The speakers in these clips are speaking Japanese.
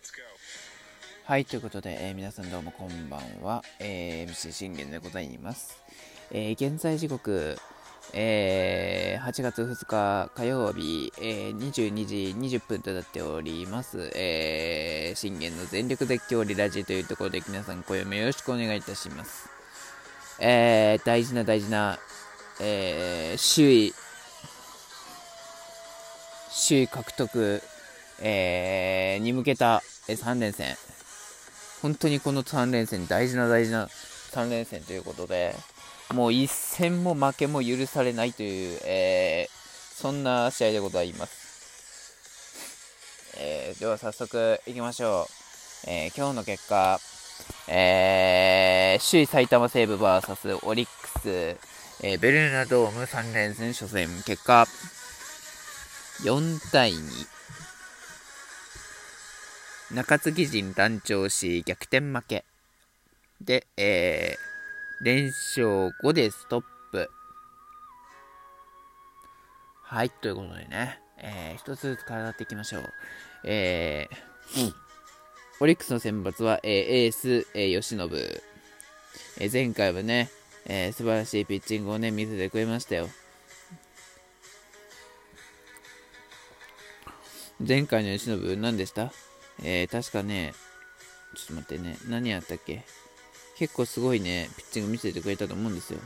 はい、ということで、皆さんどうもこんばんは、MC 信玄でございます。現在時刻、8月2日火曜日、22時20分となっております。信玄の全力絶叫リラジというところで皆さんご読みよろしくお願いいたします。大事な、首位獲得、に向けた、3連戦。本当にこの3連戦、大事な3連戦ということで、もう一戦も負けも許されないという、そんな試合でございます。では早速いきましょう。今日の結果、首位埼玉西武 VS オリックス、ベルーナドーム3連戦初戦、結果4対2。中継ぎ陣団長し逆転負けで、連勝5でストップ。はい、ということでね、一つずつからっていきましょう。オリックスの先発は、エース、吉信。前回はね、素晴らしいピッチングをね見せてくれましたよ。前回の吉信何でした？確かね、ちょっと待ってね、何やったっけ？結構すごいね、ピッチング見せてくれたと思うんですよ。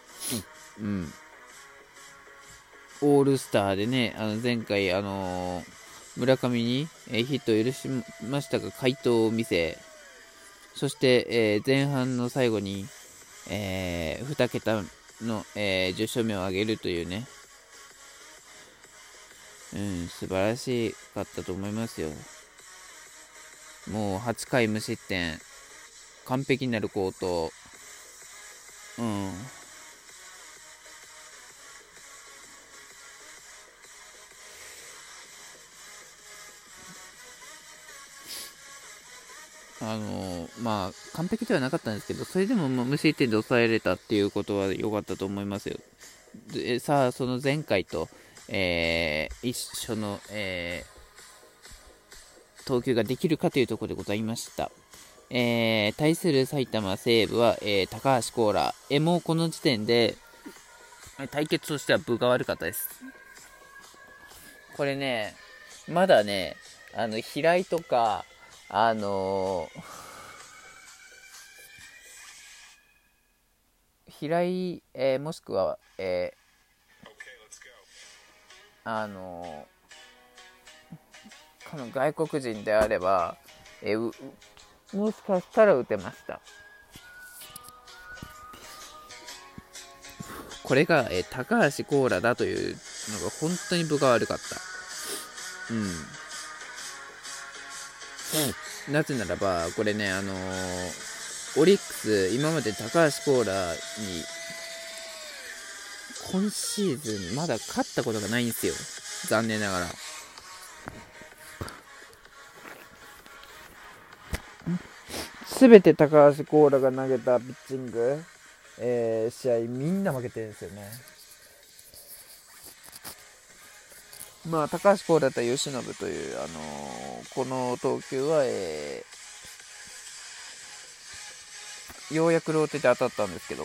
オールスターでね、前回、村上に、ヒットを許しましたが、快投を見せ、そして、前半の最後に、2桁の、10勝目を挙げるというね、素晴らしかったと思いますよ。もう8回無失点、完璧になる好投。完璧ではなかったんですけど、それでも無失点で抑えれたっていうことは良かったと思いますよ。でさあ、その前回と、一緒の、投球ができるかというところでございました。対する埼玉西武は、高橋光成。もうこの時点で対決としては分が悪かったです。これね、まだね、平井とか、平井、もしくは、この外国人であれば、もしかしたら打てました。これが、高橋光成だというのが本当に分が悪かった。なぜならば、これね、オリックス、今まで高橋光成に、今シーズンまだ勝ったことがないんですよ。残念ながら。すべて高橋光成が投げたピッチング、試合みんな負けてるんですよね。高橋光成と吉信という、この投球は、ようやくローテで当たったんですけど、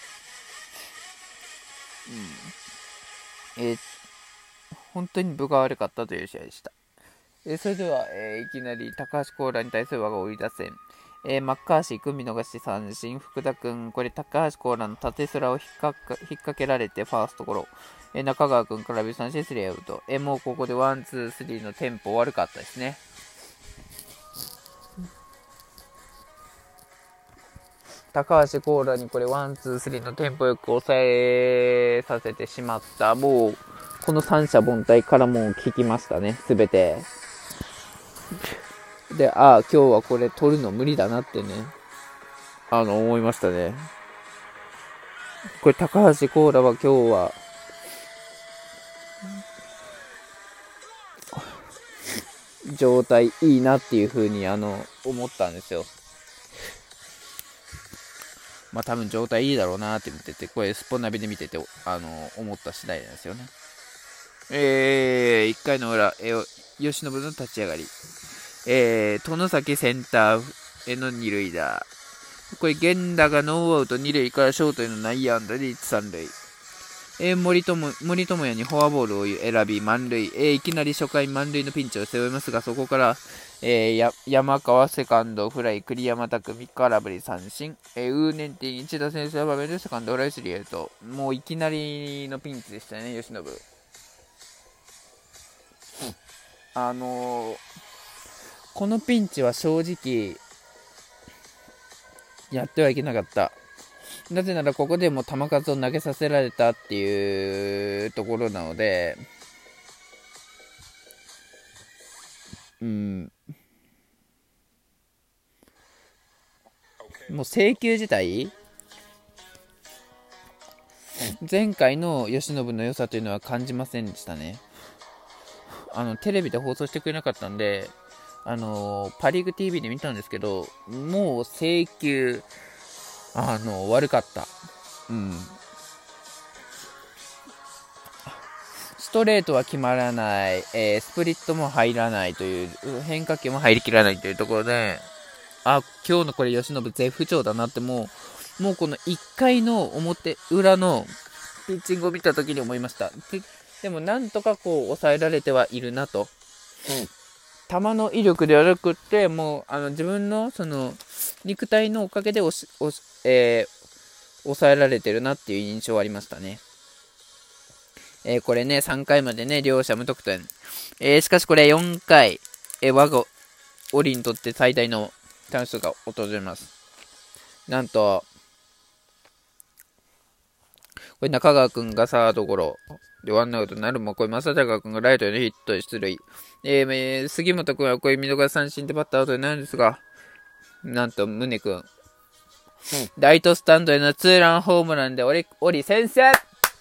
本当に分が悪かったという試合でした。それでは、いきなり高橋光成に対する我が追い打線。マッカーシー君見逃し三振、福田君、これ高橋光成の縦スラを引っ掛けられてファーストゴロ。中川君空振り三振スリーアウト。もうここでワンツースリーのテンポ悪かったですね。高橋光成にこれワンツースリーのテンポよく抑えさせてしまった。もうこの三者凡退からもう効きましたね、すべて。で、今日はこれ取るの無理だなってね、思いましたね。これ高橋光成は今日は状態いいなっていう風に思ったんですよ。多分状態いいだろうなって見てて、これスポナビで見てて思った次第なんですよね。1回の裏、吉信の立ち上がり。 外崎センターへの二塁打。これ、源田がノーアウト二塁からショートへの内野安打で一三塁。森友哉にフォアボールを選び満塁。いきなり初回満塁のピンチを背負いますが、そこから、山川セカンドフライ、栗山匠空振り三振。ウーネンティン一打先制の場面でセカンドフライスリーアウト。もういきなりのピンチでしたね、由伸。このピンチは正直やってはいけなかった。なぜならここでも球数を投げさせられたっていうところなので、もう請求自体、前回の由伸の良さというのは感じませんでしたね。テレビで放送してくれなかったんで、パリーグ TV で見たんですけど、もう請求悪かった。ストレートは決まらない、スプリットも入らないという、変化球も入りきらないというところで、今日のこれ由伸絶不調だなってもうこの1回の表裏のピッチングを見た時に思いました。でもなんとかこう抑えられてはいるなと。球の威力ではなくって、もう自分のその肉体のおかげで抑えられてるなっていう印象はありましたね。これね、3回までね、両者無得点。しかしこれ4回、我がオリにとって最大のチャンスが訪れます。なんと、これ中川くんがサードゴロ。で、ワンアウトになるも、これ正隆くんがライトへのヒットで出塁。杉本くんはこれ見逃し三振でバッターアウトになるんですが、なんと宗くん、ライトスタンドへのツーランホームランでオリ先生。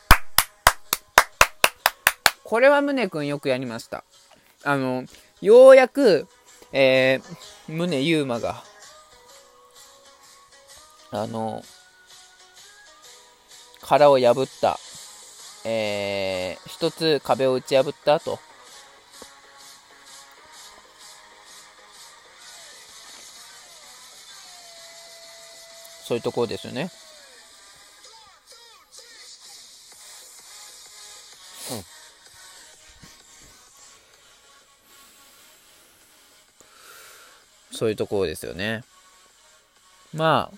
これは宗くんよくやりました。ようやく、宗優馬が、殻を破った、一つ壁を打ち破った後、そういうところですよね。そういうところですよね。まあ、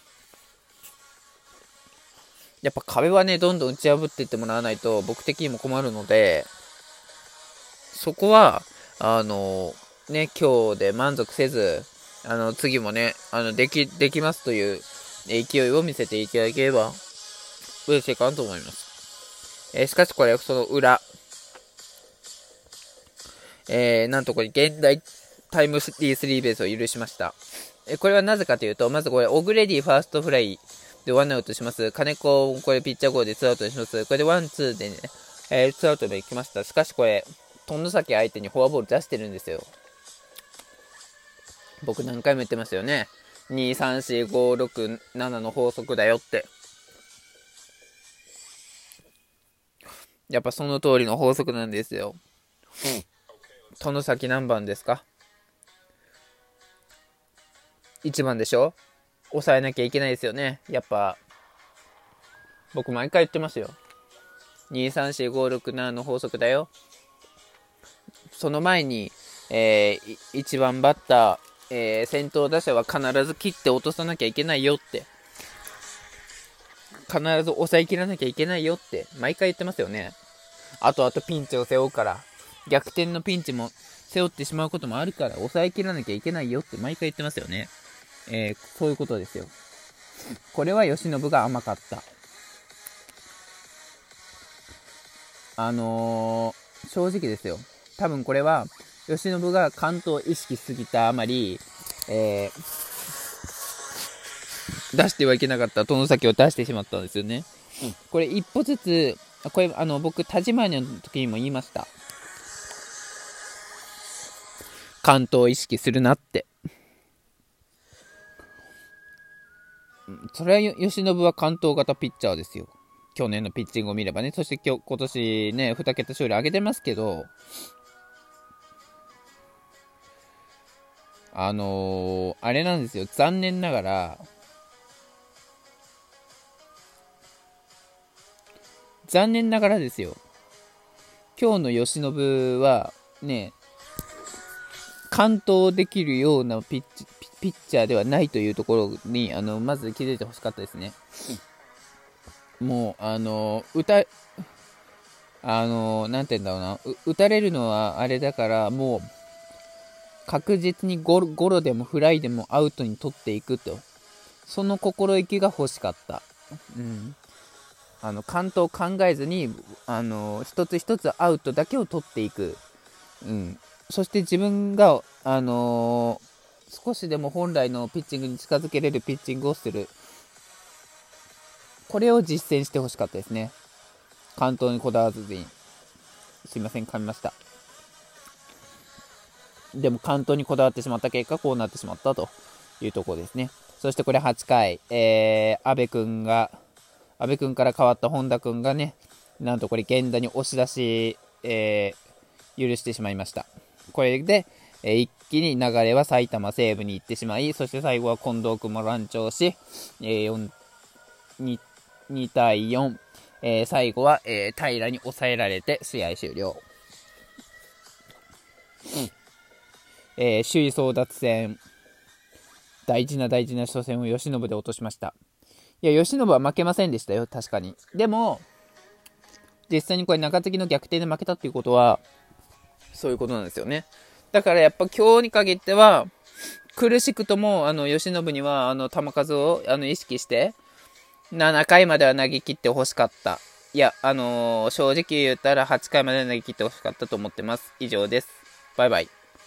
やっぱ壁はね、どんどん打ち破っていってもらわないと僕的にも困るので、そこはね、今日で満足せず、次もね、できますという勢いを見せていただければ嬉しいかなと思います。しかしこれその裏、なんとこれ現代タイムスリーベースを許しました。これはなぜかというと、まずこれオグレディファーストフライでワンアウトします。金子これピッチャーゴーでツーアウトします。これでワンツーでね、ツーアウトで来ました。しかしこれ外崎相手にフォアボール出してるんですよ。僕何回も言ってますよね。2、3、4、5、6、7の法則だよって。やっぱその通りの法則なんですよ。外崎何番ですか？1番でしょ？抑えなきゃいけないですよね。やっぱ僕毎回言ってますよ。2、3、4、5、6、7の法則だよ。その前に、1番バッター、先頭打者は必ず切って落とさなきゃいけないよって。必ず抑えきらなきゃいけないよって毎回言ってますよね。あとピンチを背負うから、逆転のピンチも背負ってしまうこともあるから抑えきらなきゃいけないよって毎回言ってますよね。そういうことですよ。これは由伸が甘かった。正直ですよ。多分これは由伸が完投を意識しすぎたあまり、出してはいけなかった外崎を出してしまったんですよね。これ一歩ずつ、これ僕田島の時にも言いました。完投を意識するなって。それは由伸は完投型ピッチャーですよ。去年のピッチングを見ればね。そして今年ね、2桁勝利上げてますけど、 あれなんですよ。残念ながらですよ。今日の由伸は、ね、完投できるようなピッチャーではないというところに、まず気づいてほしかったですね。もう、なんて言うんだろうな、打たれるのはあれだから、もう、確実にゴロでもフライでもアウトに取っていくと。その心意気が欲しかった。完投考えずに、一つ一つアウトだけを取っていく。そして自分が、少しでも本来のピッチングに近づけれるピッチングをする。これを実践してほしかったですね。完投にこだわらずに。すいません、噛みました。でも完投にこだわってしまった結果、こうなってしまったというところですね。そしてこれ8回、阿部君から変わった本田君がね、なんとこれ源田に押し出し、許してしまいました。これで、一気に流れは埼玉西部に行ってしまい、そして最後は近藤君も乱調し、2対4、最後は、平に抑えられて試合終了。首位争奪戦、大事な初戦を由伸で落としました。いや、由伸は負けませんでしたよ、確かに。でも、実際にこれ中継ぎの逆転で負けたっていうことは、そういうことなんですよね。だからやっぱ今日に限っては、苦しくとも、由伸には、球数を、意識して、7回までは投げ切ってほしかった。いや、正直言ったら8回まで投げ切ってほしかったと思ってます。以上です。バイバイ。